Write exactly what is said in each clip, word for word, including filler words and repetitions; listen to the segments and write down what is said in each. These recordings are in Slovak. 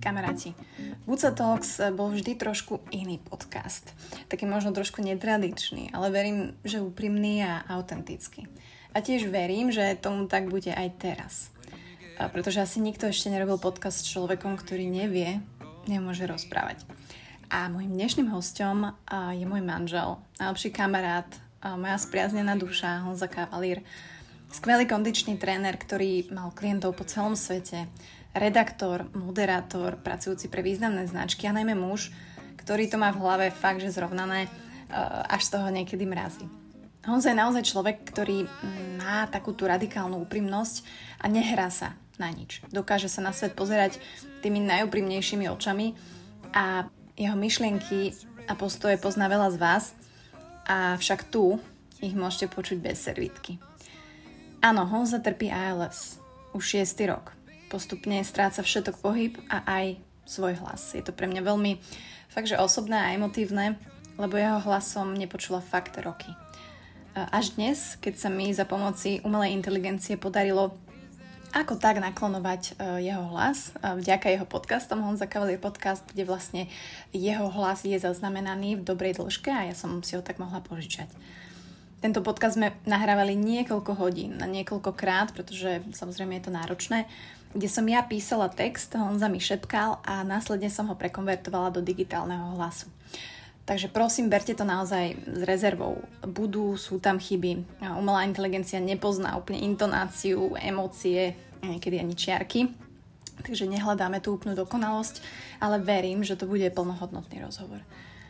Kamaráti, Buca Talks bol vždy trošku iný podcast. Taký možno trošku netradičný, ale verím, že úprimný a autentický. A tiež verím, že tomu tak bude aj teraz. A pretože asi nikto ešte nerobil podcast s človekom, ktorý nevie, nemôže rozprávať. A môjim dnešným hosťom je môj manžel, najlepší kamarát, moja spriaznená duša, Honza Kavalír. Skvelý kondičný tréner, ktorý mal klientov po celom svete, redaktor, moderátor, pracujúci pre významné značky a najmä muž, ktorý to má v hlave fakt, že zrovnané, až z toho niekedy mrazí. Honza je naozaj človek, ktorý má takú tú radikálnu úprimnosť a nehrá sa na nič. Dokáže sa na svet pozerať tými najúprimnejšími očami a jeho myšlienky a postoje pozná veľa z vás, a však tu ich môžete počuť bez servítky. Áno, Honza trpí á el es už šiesty rok. Postupne stráca všetok pohyb a aj svoj hlas. Je to pre mňa veľmi fakt, že osobné a emotívne, lebo jeho hlasom nepočula fakt roky. Až dnes, keď sa mi za pomoci umelej inteligencie podarilo ako tak naklonovať jeho hlas vďaka jeho podcastom Honza Kavalír podcast, kde vlastne jeho hlas je zaznamenaný v dobrej dĺžke a ja som si ho tak mohla požičať. Tento podcast sme nahrávali niekoľko hodín, niekoľkokrát, pretože samozrejme je to náročné, kde som ja písala text, Honza mi šepkal a následne som ho prekonvertovala do digitálneho hlasu. Takže prosím, berte to naozaj s rezervou. Budú, sú tam chyby. Umelá inteligencia nepozná úplne intonáciu, emócie, niekedy ani čiarky. Takže nehľadáme tú úplnú dokonalosť, ale verím, že to bude plnohodnotný rozhovor.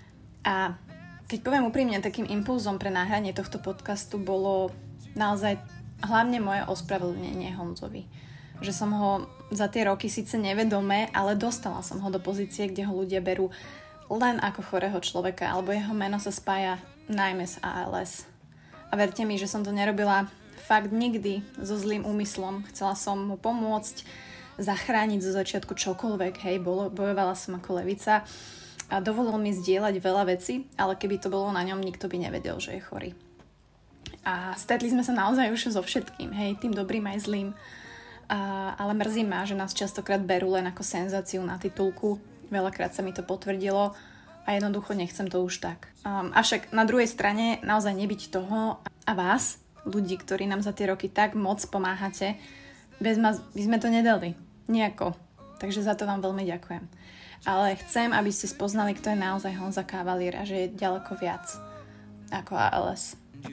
A keď poviem úprimne, takým impulzom pre nahranie tohto podcastu bolo naozaj hlavne moje ospravedlnenie Honzovi. Že som ho za tie roky síce nevedome, ale dostala som ho do pozície, kde ho ľudia berú len ako chorého človeka, alebo jeho meno sa spája najmä s á el es. A verte mi, že som to nerobila fakt nikdy so zlým úmyslom. Chcela som mu pomôcť, zachrániť zo začiatku čokoľvek, hej, bojovala som ako levica a dovolil mi zdieľať veľa vecí, ale keby to bolo na ňom, nikto by nevedel, že je chorý. A stretli sme sa naozaj už so všetkým, hej, tým dobrým aj zlým. A, ale mrzí ma, že nás častokrát berú len ako senzáciu na titulku. Veľakrát sa mi to potvrdilo a jednoducho nechcem to už tak. Um, avšak na druhej strane naozaj nebyť toho a vás, ľudí, ktorí nám za tie roky tak moc pomáhate, bez vás by sme to nedali. Nejako. Takže za to vám veľmi ďakujem. Ale chcem, aby ste spoznali, kto je naozaj Honza Kavalír a že je ďaleko viac ako á el es.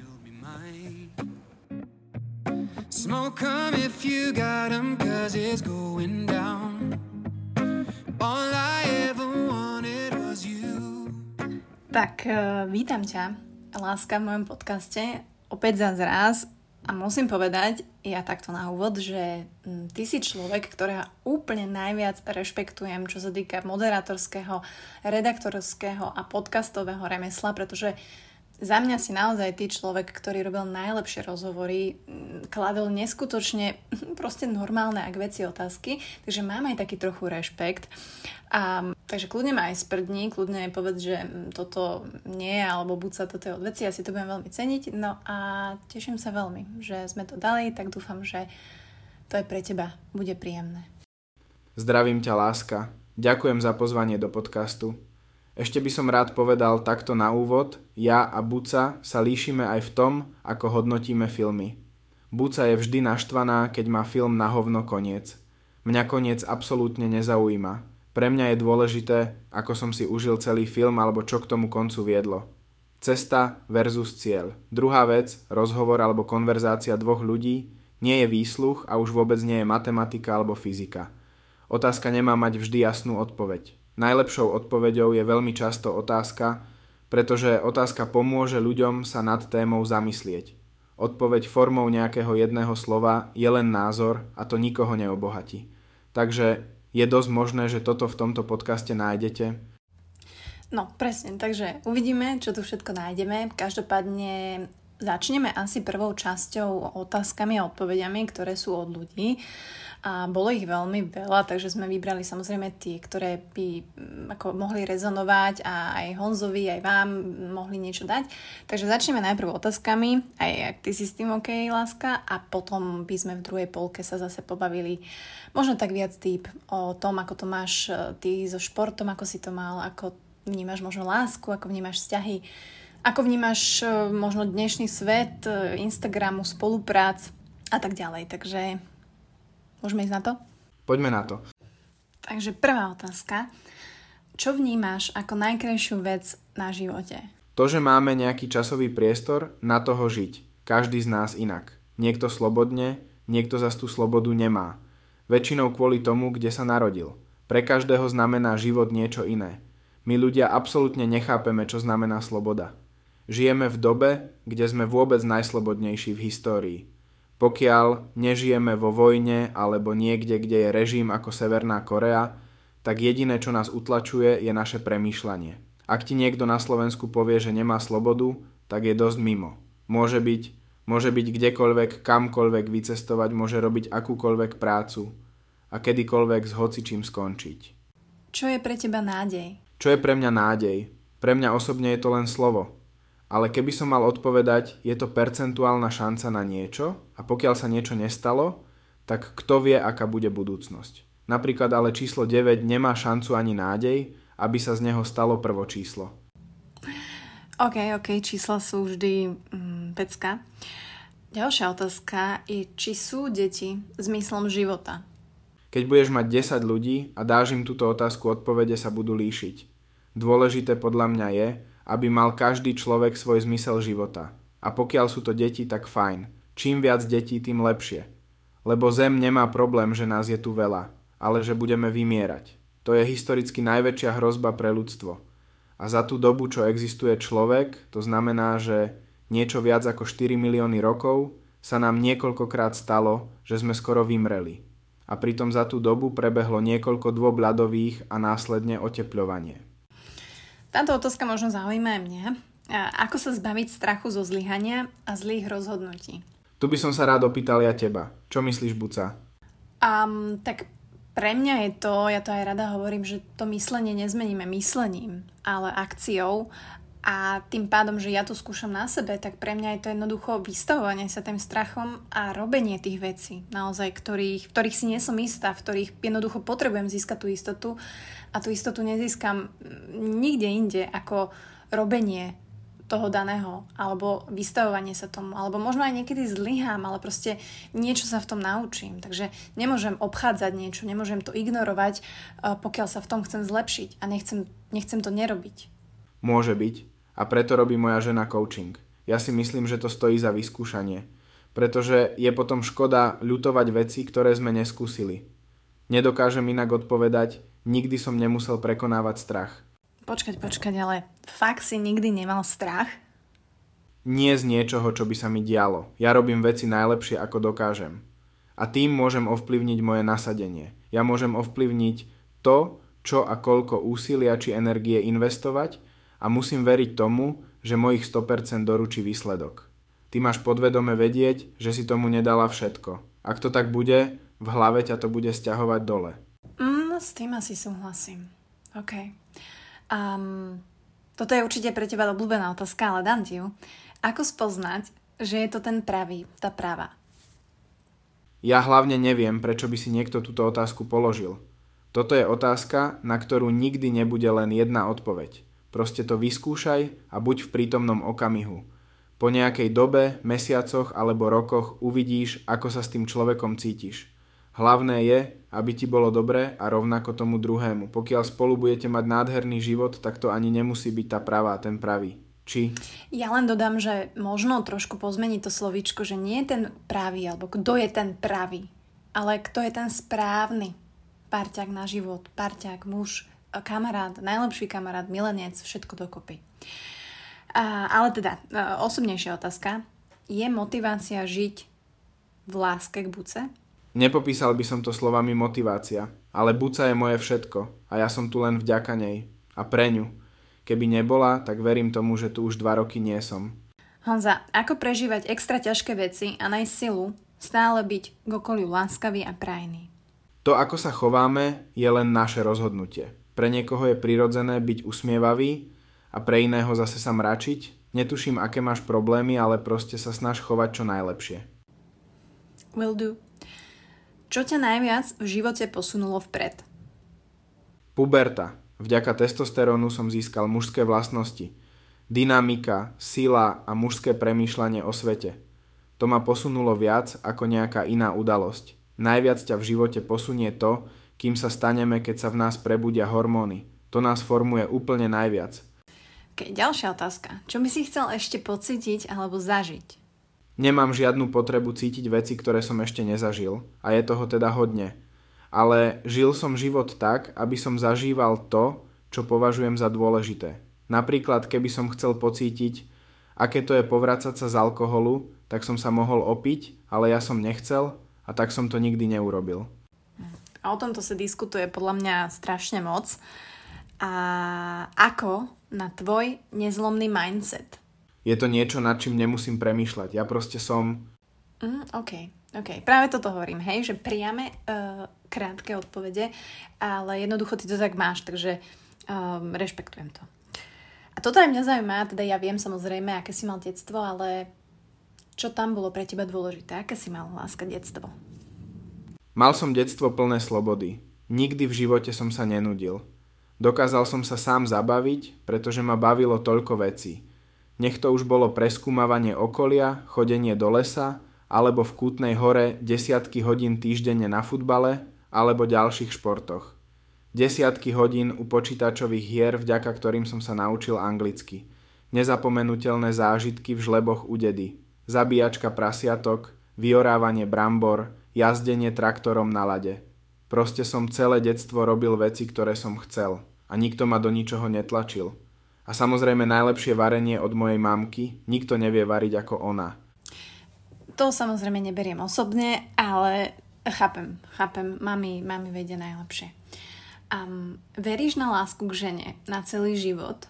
Smoke 'em if you got 'em, 'cause it's going down. All I ever wanted was you. Tak, uh, vítam ťa, láska, v mojom podcaste, opäť zas raz. A musím povedať, ja takto na úvod, že ty si človek, ktorého úplne najviac rešpektujem, čo sa týka moderátorského, redaktorského a podcastového remesla, pretože za mňa si naozaj ty človek, ktorý robil najlepšie rozhovory, kladol neskutočne proste normálne a k veci otázky, takže mám aj taký trochu rešpekt. A, takže kľudne ma aj sprdni, kľudne aj povedz, že toto nie je, alebo buď sa toto je od veci, ja si to budem veľmi ceniť. No a teším sa veľmi, že sme to dali, tak dúfam, že to aj pre teba bude príjemné. Zdravím ťa, láska. Ďakujem za pozvanie do podcastu. Ešte by som rád povedal takto na úvod, ja a Buca sa líšime aj v tom, ako hodnotíme filmy. Buca je vždy naštvaná, keď má film na hovno koniec. Mňa koniec absolútne nezaujíma. Pre mňa je dôležité, ako som si užil celý film alebo čo k tomu koncu viedlo. Cesta versus cieľ. Druhá vec, rozhovor alebo konverzácia dvoch ľudí, nie je výsluch a už vôbec nie je matematika alebo fyzika. Otázka nemá mať vždy jasnú odpoveď. Najlepšou odpoveďou je veľmi často otázka, pretože otázka pomôže ľuďom sa nad témou zamyslieť. Odpoveď formou nejakého jedného slova je len názor a to nikoho neobohatí. Takže je dosť možné, že toto v tomto podcaste nájdete. No, presne, takže uvidíme, čo tu všetko nájdeme. Každopádne Začneme asi prvou časťou otázkami a odpovediami, ktoré sú od ľudí. A bolo ich veľmi veľa, takže sme vybrali samozrejme tie, ktoré by ako mohli rezonovať a aj Honzovi, aj vám mohli niečo dať. Takže začneme najprv otázkami, aj ak ty si s tým OK, láska, a potom by sme v druhej polke sa zase pobavili možno tak viac tip o tom, ako to máš ty so športom, ako si to mal, ako vnímaš možno lásku, ako vnímaš vzťahy, ako vnímaš možno dnešný svet, Instagramu, spoluprác a tak ďalej. Takže môžeme ísť na to? Poďme na to. Takže prvá otázka. Čo vnímaš ako najkrajšiu vec na živote? To, že máme nejaký časový priestor na toho žiť. Každý z nás inak. Niekto slobodne, niekto zas tú slobodu nemá. Väčšinou kvôli tomu, kde sa narodil. Pre každého znamená život niečo iné. My ľudia absolútne nechápeme, čo znamená sloboda. Žijeme v dobe, kde sme vôbec najslobodnejší v histórii. Pokiaľ nežijeme vo vojne alebo niekde, kde je režim ako Severná Korea, tak jediné, čo nás utlačuje, je naše premýšľanie. Ak ti niekto na Slovensku povie, že nemá slobodu, tak je dosť mimo. Môže byť, môže byť kdekoľvek, kamkoľvek vycestovať, môže robiť akúkoľvek prácu a kedykoľvek s hocičím skončiť. Čo je pre teba nádej? Čo je pre mňa nádej? Pre mňa osobne je to len slovo. Ale keby som mal odpovedať, je to percentuálna šanca na niečo a pokiaľ sa niečo nestalo, tak kto vie, aká bude budúcnosť. Napríklad ale číslo deväť nemá šancu ani nádej, aby sa z neho stalo prvo číslo. OK, OK, čísla sú vždy mm, pecka. Ďalšia otázka je, či sú deti zmyslom života? Keď budeš mať desať ľudí a dáš im túto otázku, odpovede sa budú líšiť. Dôležité podľa mňa je, aby mal každý človek svoj zmysel života. A pokiaľ sú to deti, tak fajn. Čím viac detí, tým lepšie. Lebo Zem nemá problém, že nás je tu veľa, ale že budeme vymierať. To je historicky najväčšia hrozba pre ľudstvo. A za tú dobu, čo existuje človek, to znamená, že niečo viac ako štyri milióny rokov, sa nám niekoľkokrát stalo, že sme skoro vymreli. A pritom za tú dobu prebehlo niekoľko dôb ľadových a následne otepľovanie. Táto otázka možno zaujíma aj mňa. Ako sa zbaviť strachu zo zlyhania a zlých rozhodnutí? Tu by som sa rád opýtal ja teba. Čo myslíš, Buca? Um, tak pre mňa je to, ja to aj rada hovorím, že to myslenie nezmeníme myslením, ale akciou. A tým pádom, že ja to skúšam na sebe, tak pre mňa je to jednoducho vystavovanie sa tým strachom a robenie tých vecí, naozaj, ktorých, v ktorých si nie som istá, v ktorých jednoducho potrebujem získať tú istotu a tú istotu nezískam nikde inde ako robenie toho daného, alebo vystavovanie sa tomu, alebo možno aj niekedy zlyhám, ale proste niečo sa v tom naučím. Takže nemôžem obchádzať niečo, nemôžem to ignorovať, pokiaľ sa v tom chcem zlepšiť a nechcem, nechcem to nerobiť. Môže byť. A preto robí moja žena coaching. Ja si myslím, že to stojí za vyskúšanie. Pretože je potom škoda ľutovať veci, ktoré sme neskúsili. Nedokážem inak odpovedať, nikdy som nemusel prekonávať strach. Počkať, počkať, ale fakt si nikdy nemal strach? Nie z niečoho, čo by sa mi dialo. Ja robím veci najlepšie, ako dokážem. A tým môžem ovplyvniť moje nasadenie. Ja môžem ovplyvniť to, čo a koľko úsilia či energie investovať, a musím veriť tomu, že mojich sto percent doručí výsledok. Ty máš podvedome vedieť, že si tomu nedala všetko. Ak to tak bude, v hlave ťa to bude sťahovať dole. Mm, s tým asi súhlasím. OK. Um, toto je určite pre teba obľúbená otázka, ale dám ti ju. Ako spoznať, že je to ten pravý, tá pravá? Ja hlavne neviem, prečo by si niekto túto otázku položil. Toto je otázka, na ktorú nikdy nebude len jedna odpoveď. Proste to vyskúšaj a buď v prítomnom okamihu. Po nejakej dobe, mesiacoch alebo rokoch uvidíš, ako sa s tým človekom cítiš. Hlavné je, aby ti bolo dobre a rovnako tomu druhému. Pokiaľ spolu budete mať nádherný život, tak to ani nemusí byť tá pravá, ten pravý. Či? Ja len dodám, že možno trošku pozmeniť to slovíčko, že nie je ten pravý, alebo kto je ten pravý, ale kto je ten správny. Parťák na život, parťák, muž, kamarát, najlepší kamarát, milenec, všetko dokopy. A, ale teda, osobnejšia otázka. Je motivácia žiť v láske k Buce? Nepopísal by som to slovami motivácia, ale Buca je moje všetko a ja som tu len vďaka nej a pre ňu. Keby nebola, tak verím tomu, že tu už dva roky nie som. Honza, ako prežívať extra ťažké veci a nájsť silu stále byť k okoliu láskavý a prajný? To, ako sa chováme, je len naše rozhodnutie. Pre niekoho je prirodzené byť usmievavý a pre iného zase sa mračiť. Netuším, aké máš problémy, ale proste sa snaž chovať čo najlepšie. Will do. Čo ťa najviac v živote posunulo vpred? Puberta. Vďaka testosterónu som získal mužské vlastnosti. Dynamika, sila a mužské premýšľanie o svete. To ma posunulo viac ako nejaká iná udalosť. Najviac ťa v živote posunie to, kým sa staneme, keď sa v nás prebudia hormóny. To nás formuje úplne najviac. Okay, ďalšia otázka. Čo by si chcel ešte pocítiť alebo zažiť? Nemám žiadnu potrebu cítiť veci, ktoré som ešte nezažil. A je toho teda hodne. Ale žil som život tak, aby som zažíval to, čo považujem za dôležité. Napríklad, keby som chcel pocítiť, aké to je povracať sa z alkoholu, tak som sa mohol opiť, ale ja som nechcel a tak som to nikdy neurobil. A o tomto sa diskutuje podľa mňa strašne moc. A ako na tvoj nezlomný mindset? Je to niečo, nad čím nemusím premýšľať. Ja proste som... Mm, OK, OK. Práve toto hovorím, hej, že priame uh, krátke odpovede, ale jednoducho ty to tak máš, takže um, rešpektujem to. A toto aj mňa zaujíma, teda ja viem samozrejme, aké si mal detstvo, ale čo tam bolo pre teba dôležité? Aké si mal, láska, detstvo? Mal som detstvo plné slobody. Nikdy v živote som sa nenudil. Dokázal som sa sám zabaviť, pretože ma bavilo toľko vecí. Nech to už bolo preskúmavanie okolia, chodenie do lesa, alebo v Kútnej Hore desiatky hodín týždenne na futbale, alebo ďalších športoch. Desiatky hodín u počítačových hier, vďaka ktorým som sa naučil anglicky. Nezapomenuteľné zážitky v žleboch u dedi. Zabíjačka prasiatok, vyorávanie brambor, jazdenie traktorom na lade. Proste som celé detstvo robil veci, ktoré som chcel. A nikto ma do ničoho netlačil. A samozrejme najlepšie varenie od mojej mamky, nikto nevie variť ako ona. To samozrejme neberiem osobne, ale chápem, chápem, mami, mami vedia najlepšie. Um, veríš na lásku k žene na celý život?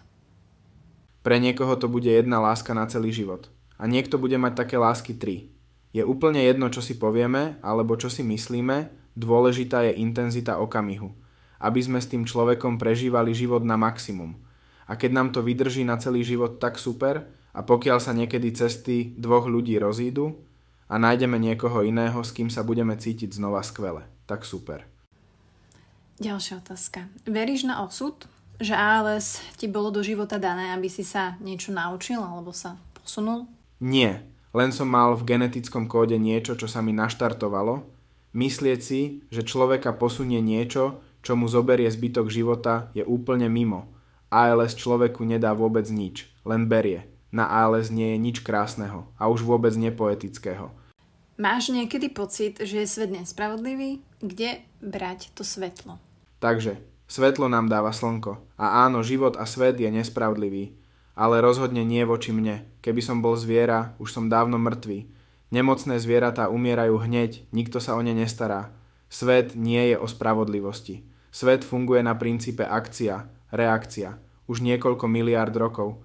Pre niekoho to bude jedna láska na celý život. A niekto bude mať také lásky tri. Je úplne jedno, čo si povieme, alebo čo si myslíme, dôležitá je intenzita okamihu. Aby sme s tým človekom prežívali život na maximum. A keď nám to vydrží na celý život, tak super. A pokiaľ sa niekedy cesty dvoch ľudí rozídu a nájdeme niekoho iného, s kým sa budeme cítiť znova skvele, tak super. Ďalšia otázka. Veríš na osud? Že á el es ti bolo do života dané, aby si sa niečo naučil alebo sa posunul? Nie. Len som mal v genetickom kóde niečo, čo sa mi naštartovalo. Myslieť si, že človeka posunie niečo, čo mu zoberie zbytok života, je úplne mimo. á el es človeku nedá vôbec nič. Len berie. Na á el es nie je nič krásneho. A už vôbec nepoetického. Máš niekedy pocit, že je svet nespravodlivý? Kde brať to svetlo? Takže, svetlo nám dáva slnko. A áno, život a svet je nespravodlivý. Ale rozhodne nie voči mne. Keby som bol zviera, už som dávno mŕtvý. Nemocné zvieratá umierajú hneď, nikto sa o ne nestará. Svet nie je o spravodlivosti. Svet funguje na princípe akcia, reakcia. Už niekoľko miliárd rokov.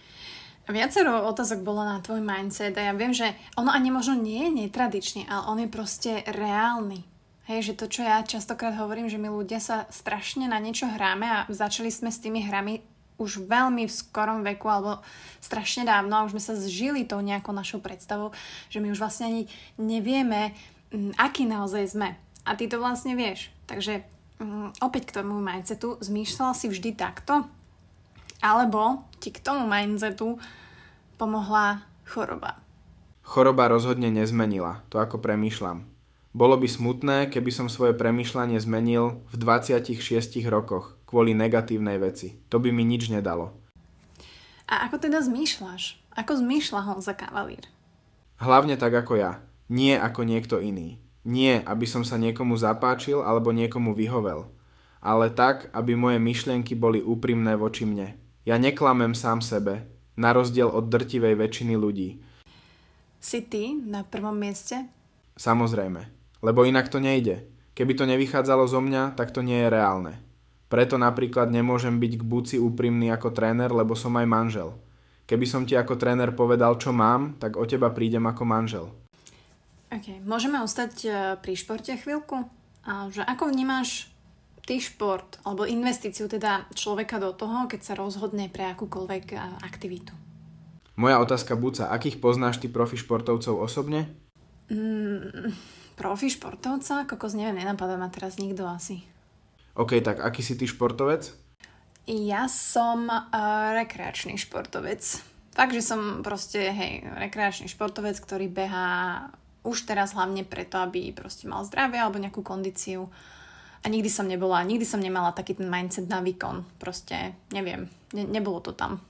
Viacero otázok bolo na tvoj mindset a ja viem, že ono ani možno nie je netradičný, ale on je proste reálny. Hej, že to, čo ja častokrát hovorím, že my ľudia sa strašne na niečo hráme a začali sme s tými hrami už veľmi v skorom veku alebo strašne dávno a už sme sa zžili tou nejakou našou predstavou, že my už vlastne ani nevieme, aký naozaj sme. A ty to vlastne vieš. Takže um, opäť k tomu mindsetu, zmýšľal si vždy takto? Alebo ti k tomu mindsetu pomohla choroba? Choroba rozhodne nezmenila to, ako premýšľam. Bolo by smutné, keby som svoje premýšľanie zmenil v dvadsiatich šiestich rokoch kvôli negatívnej veci. To by mi nič nedalo. A ako teda zmýšľaš? Ako zmýšľa Honza Kavalír? Hlavne tak ako ja. Nie ako niekto iný. Nie, aby som sa niekomu zapáčil alebo niekomu vyhovel. Ale tak, aby moje myšlienky boli úprimné voči mne. Ja neklamem sám sebe, na rozdiel od drtivej väčšiny ľudí. Si ty na prvom mieste? Samozrejme. Lebo inak to nejde. Keby to nevychádzalo zo mňa, tak to nie je reálne. Preto napríklad nemôžem byť k Buci úprimný ako tréner, lebo som aj manžel. Keby som ti ako tréner povedal, čo mám, tak o teba prídem ako manžel. Ok, môžeme ostať pri športe chvíľku? A že ako vnímaš ty šport, alebo investíciu teda človeka do toho, keď sa rozhodne pre akúkoľvek aktivitu? Moja otázka, Buca, akých poznáš ty profi športovcov osobne? Mm, profi športovca? Kokos, neviem, nenapadá ma teraz nikto asi. OK, tak aký si ty športovec? Ja som uh, rekreačný športovec. Fakt, že som proste, hej, rekreačný športovec, ktorý behá už teraz hlavne preto, aby proste mal zdravie alebo nejakú kondíciu. A nikdy som nebola, nikdy som nemala taký ten mindset na výkon. Proste, neviem, ne, nebolo to tam.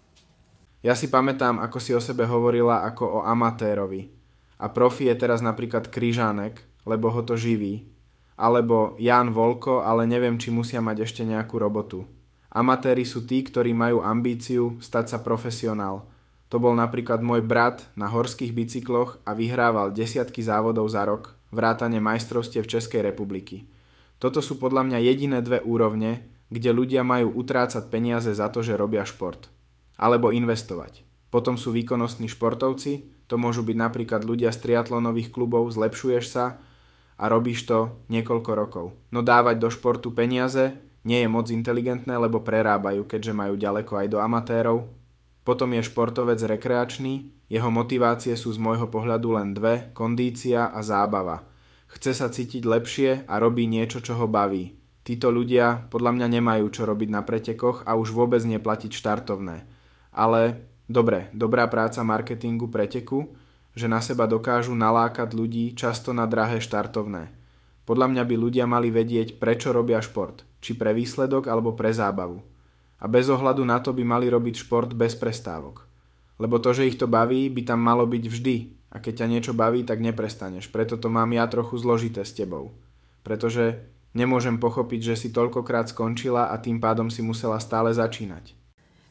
Ja si pamätám, ako si o sebe hovorila ako o amatérovi. A profi je teraz napríklad Kryžánek, lebo ho to živí. Alebo Ján Volko, ale neviem, či musia mať ešte nejakú robotu. Amatéri sú tí, ktorí majú ambíciu stať sa profesionál. To bol napríklad môj brat na horských bicykloch a vyhrával desiatky závodov za rok, vrátane majstrovstiev Českej republiky. Toto sú podľa mňa jediné dve úrovne, kde ľudia majú utrácať peniaze za to, že robia šport. Alebo investovať. Potom sú výkonnostní športovci, to môžu byť napríklad ľudia z triatlonových klubov, zlepšuješ sa a robíš to niekoľko rokov. No dávať do športu peniaze nie je moc inteligentné, lebo prerábajú, keďže majú ďaleko aj do amatérov. Potom je športovec rekreačný, jeho motivácie sú z môjho pohľadu len dve, kondícia a zábava. Chce sa cítiť lepšie a robí niečo, čo ho baví. Títo ľudia podľa mňa nemajú čo robiť na pretekoch a už vôbec neplatiť štartovné. Ale dobre, dobrá práca marketingu preteku, že na seba dokážu nalákať ľudí často na drahé štartovné. Podľa mňa by ľudia mali vedieť, prečo robia šport, či pre výsledok alebo pre zábavu. A bez ohľadu na to by mali robiť šport bez prestávok. Lebo to, že ich to baví, by tam malo byť vždy. A keď ťa niečo baví, tak neprestaneš. Preto to mám ja trochu zložité s tebou. Pretože nemôžem pochopiť, že si toľkokrát skončila a tým pádom si musela stále začínať.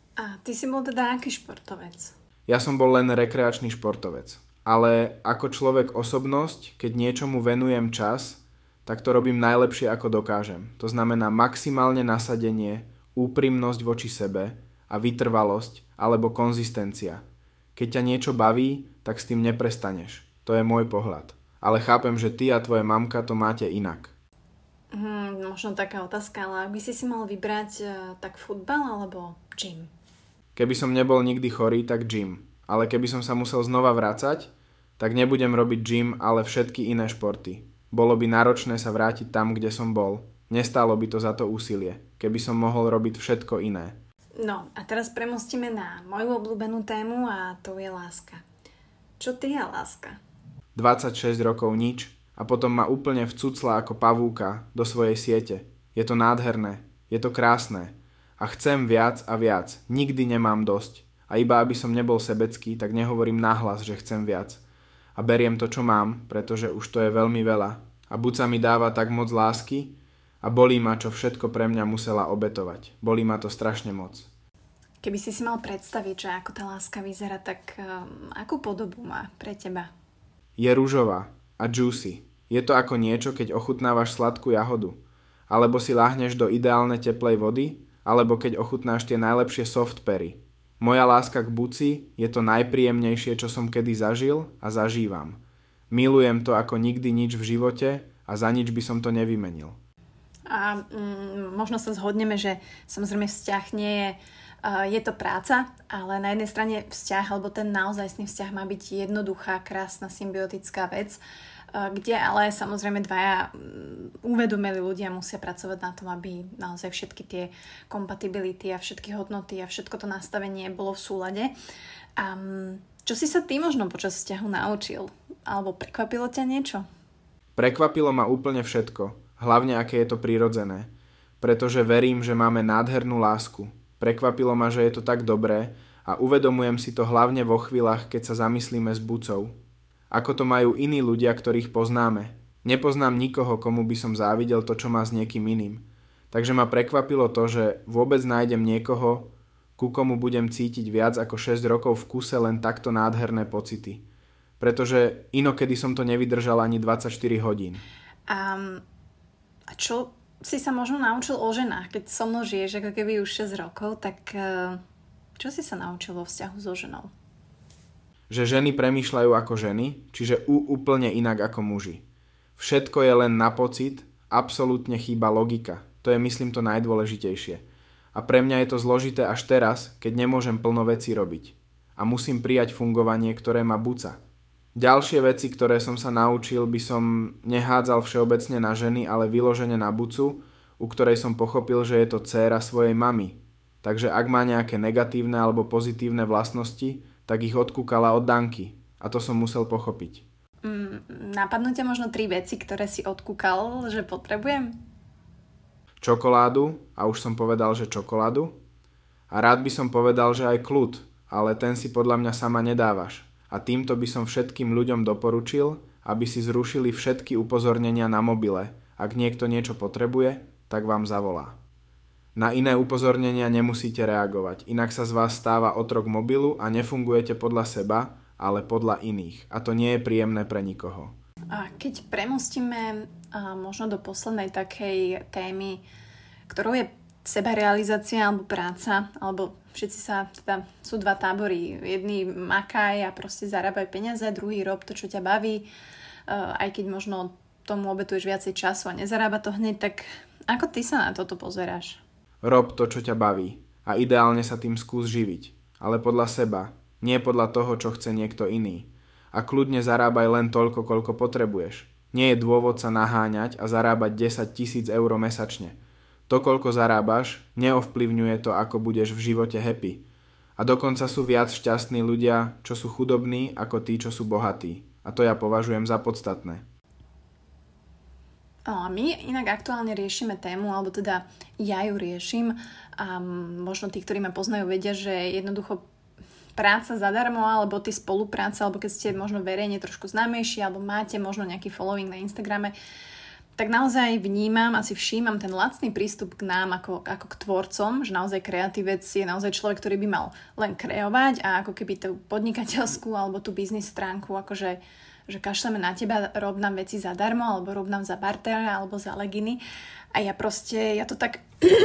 A ty si bol teda aký športovec? Ja som bol len rekreačný športovec. Ale ako človek osobnosť, keď niečomu venujem čas, tak to robím najlepšie ako dokážem. To znamená maximálne nasadenie, úprimnosť voči sebe a vytrvalosť alebo konzistencia. Keď ťa niečo baví, tak s tým neprestaneš. To je môj pohľad. Ale chápem, že ty a tvoje mamka to máte inak. Hmm, možno taká otázka, ale ak by si si mal vybrať, tak futbal alebo gym? Keby som nebol nikdy chorý, tak gym. Ale keby som sa musel znova vrácať, tak nebudem robiť gym, ale všetky iné športy. Bolo by náročné sa vrátiť tam, kde som bol. Nestálo by to za to úsilie, keby som mohol robiť všetko iné. No a teraz premostíme na moju obľúbenú tému a to je láska. Čo ty je láska? dvadsaťšesť rokov nič a potom ma úplne vcucla ako pavúka do svojej siete. Je to nádherné, je to krásne a chcem viac a viac. Nikdy nemám dosť. A iba aby som nebol sebecký, tak nehovorím nahlas, že chcem viac. A beriem to, čo mám, pretože už to je veľmi veľa. A Buca mi dáva tak moc lásky a bolí ma, čo všetko pre mňa musela obetovať. Bolí ma to strašne moc. Keby si si mal predstaviť, že ako tá láska vyzerá, tak um, akú podobu má pre teba? Je ružová a juicy. Je to ako niečo, keď ochutnávaš sladkú jahodu. Alebo si láhneš do ideálne teplej vody, alebo keď ochutnáš tie najlepšie soft pery. Moja láska k Buci je to najpríjemnejšie, čo som kedy zažil a zažívam. Milujem to ako nikdy nič v živote a za nič by som to nevymenil. A mm, možno sa zhodneme, že samozrejme vzťah nie je, uh, je to práca, ale na jednej strane vzťah, alebo ten naozajstný vzťah má byť jednoduchá, krásna, symbiotická vec, uh, kde ale samozrejme dvaja um, uvedomili ľudia musia pracovať na tom, aby naozaj všetky tie kompatibility a všetky hodnoty a všetko to nastavenie bolo v súlade. Um, čo si sa ty možno počas vzťahu naučil? Alebo prekvapilo ťa niečo? Prekvapilo ma úplne všetko. Hlavne, aké je to prirodzené. Pretože verím, že máme nádhernú lásku. Prekvapilo ma, že je to tak dobré a uvedomujem si to hlavne vo chvíľach, keď sa zamyslíme s Bucou. Ako to majú iní ľudia, ktorých poznáme. Nepoznám nikoho, komu by som závidel to, čo má s niekým iným. Takže ma prekvapilo to, že vôbec nájdem niekoho, ku komu budem cítiť viac ako šesť rokov v kuse len takto nádherné pocity. Pretože inokedy som to nevydržal ani dvadsaťštyri hodín. Um... A čo si sa možno naučil o ženách? Keď so mnou žiješ ako keby už šesť rokov, tak uh, Čo si sa naučil vo vzťahu so ženou? Že ženy premýšľajú ako ženy, čiže ú, úplne inak ako muži. Všetko je len na pocit, absolútne chýba logika. To je, myslím, to najdôležitejšie. A pre mňa je to zložité až teraz, keď nemôžem plno veci robiť. A musím prijať fungovanie, ktoré ma buca. Ďalšie veci, ktoré som sa naučil, by som nehádzal všeobecne na ženy, ale vyložene na bucu, u ktorej som pochopil, že je to dcéra svojej mamy. Takže ak má nejaké negatívne alebo pozitívne vlastnosti, tak ich odkúkala od Danky. A to som musel pochopiť. Mm, napadnú ťa možno tri veci, ktoré si odkúkal, že potrebujem? Čokoládu, a už som povedal, že čokoládu. A rád by som povedal, že aj kľud, ale ten si podľa mňa sama nedávaš. A týmto by som všetkým ľuďom doporučil, aby si zrušili všetky upozornenia na mobile. Ak niekto niečo potrebuje, tak vám zavolá. Na iné upozornenia nemusíte reagovať, inak sa z vás stáva otrok mobilu a nefungujete podľa seba, ale podľa iných. A to nie je príjemné pre nikoho. A keď premostíme a možno do poslednej takej témy, ktorou je sebarealizácia alebo práca, alebo všetci sa, teda sú dva tábory. Jedný makaj a proste zarábaj peniaze, druhý rob to, čo ťa baví, aj keď možno tomu obetuješ viacej času a nezarába to hneď, tak ako ty sa na toto pozeráš? Rob to, čo ťa baví a ideálne sa tým skús živiť, ale podľa seba, nie podľa toho, čo chce niekto iný. A kľudne zarábaj len toľko, koľko potrebuješ. Nie je dôvod sa naháňať a zarábať desať tisíc eur mesačne. To, koľko zarábaš, neovplyvňuje to, ako budeš v živote happy. A dokonca sú viac šťastní ľudia, čo sú chudobní, ako tí, čo sú bohatí. A to ja považujem za podstatné. A my inak aktuálne riešime tému, alebo teda ja ju riešim a možno tí, ktorí ma poznajú, vedia, že jednoducho práca zadarmo, alebo ty spolupráca, alebo keď ste možno verejne trošku známejší, alebo máte možno nejaký following na Instagrame, tak naozaj vnímam, asi všímam ten lacný prístup k nám ako, ako k tvorcom, že naozaj kreatívec je naozaj človek, ktorý by mal len kreovať a ako keby tú podnikateľskú alebo tú biznis stránku, akože že kašleme na teba, rob nám veci zadarmo, alebo rob nám za barter, alebo za leginy. A ja proste, ja to tak,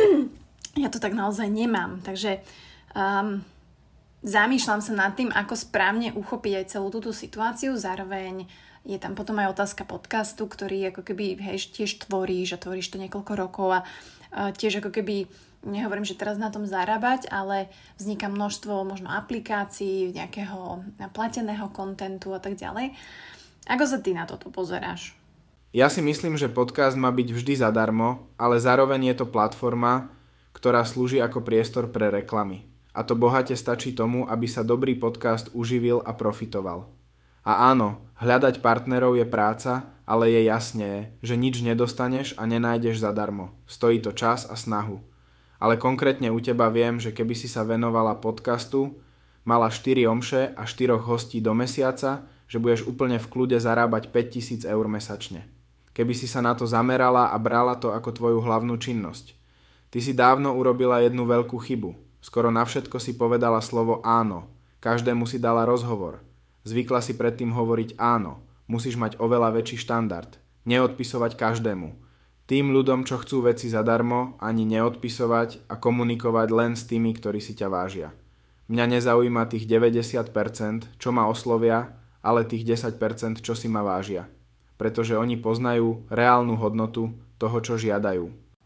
ja to tak naozaj nemám. Takže um, zamýšľam sa nad tým, ako správne uchopiť aj celú túto situáciu. Zároveň je tam potom aj otázka podcastu, ktorý ako keby hej, tiež tvoríš a tvoríš to niekoľko rokov a uh, tiež ako keby, nehovorím, že teraz na tom zarábať, ale vzniká množstvo možno aplikácií, nejakého plateného kontentu a tak ďalej. Ako sa ty na toto pozeráš? Ja si myslím, že podcast má byť vždy zadarmo, ale zároveň je to platforma, ktorá slúži ako priestor pre reklamy. A to bohate stačí tomu, aby sa dobrý podcast uživil a profitoval. A áno, hľadať partnerov je práca, ale je jasné, že nič nedostaneš a nenájdeš zadarmo. Stojí to čas a snahu. Ale konkrétne u teba viem, že keby si sa venovala podcastu, mala štyri omše a štyroch hostí do mesiaca, že budeš úplne v kľude zarábať päťtisíc eur mesačne. Keby si sa na to zamerala a brala to ako tvoju hlavnú činnosť. Ty si dávno urobila jednu veľkú chybu. Skoro na všetko si povedala slovo áno. Každému si dala rozhovor. Zvykla si predtým hovoriť áno. Musíš mať oveľa väčší štandard. Neodpisovať každému. Tým ľuďom, čo chcú veci zadarmo, ani neodpisovať a komunikovať len s tými, ktorí si ťa vážia. Mňa nezaujíma tých deväťdesiat percent, čo ma oslovia, ale tých desať percent, čo si ma vážia. Pretože oni poznajú reálnu hodnotu toho, čo žiadajú.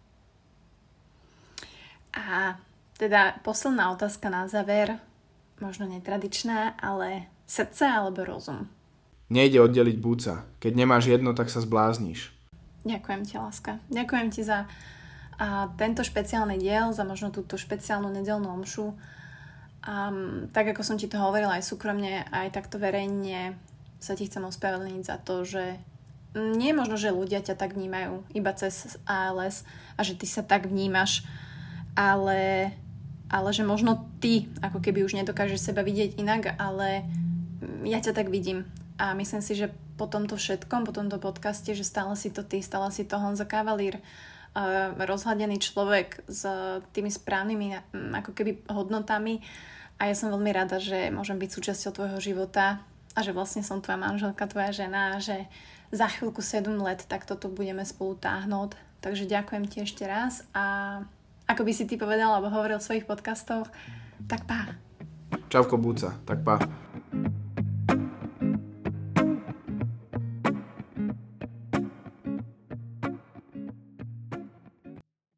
A teda posledná otázka na záver, možno netradičná, ale srdce alebo rozum? Nejde oddeliť búca. Keď nemáš jedno, tak sa zblázniš. Ďakujem ti, láska. Ďakujem ti za a, tento špeciálny diel, za možno túto špeciálnu nedeľnú omšu. Um, tak ako som ti to hovorila aj súkromne, aj takto verejne sa ti chcem ospravedlniť za to, že nie je možno, že ľudia ťa tak vnímajú iba cez á el es a že ty sa tak vnímaš, ale, ale že možno ty ako keby už nedokážeš seba vidieť inak, ale ja ťa tak vidím a myslím si, že po tomto všetkom, po tomto podcaste, že stále si to ty, stále si to Honza Kavalír, rozhľadený človek s tými správnymi ako keby hodnotami. A ja som veľmi rada, že môžem byť súčasťou tvojho života a že vlastne som tvoja manželka, tvoja žena a že za chvíľku sedem let takto tu budeme spolu táhnuť. Takže ďakujem ti ešte raz a ako by si ty povedal alebo hovoril v svojich podcastoch, Tak pá. Čauko, Buca. Tak pá.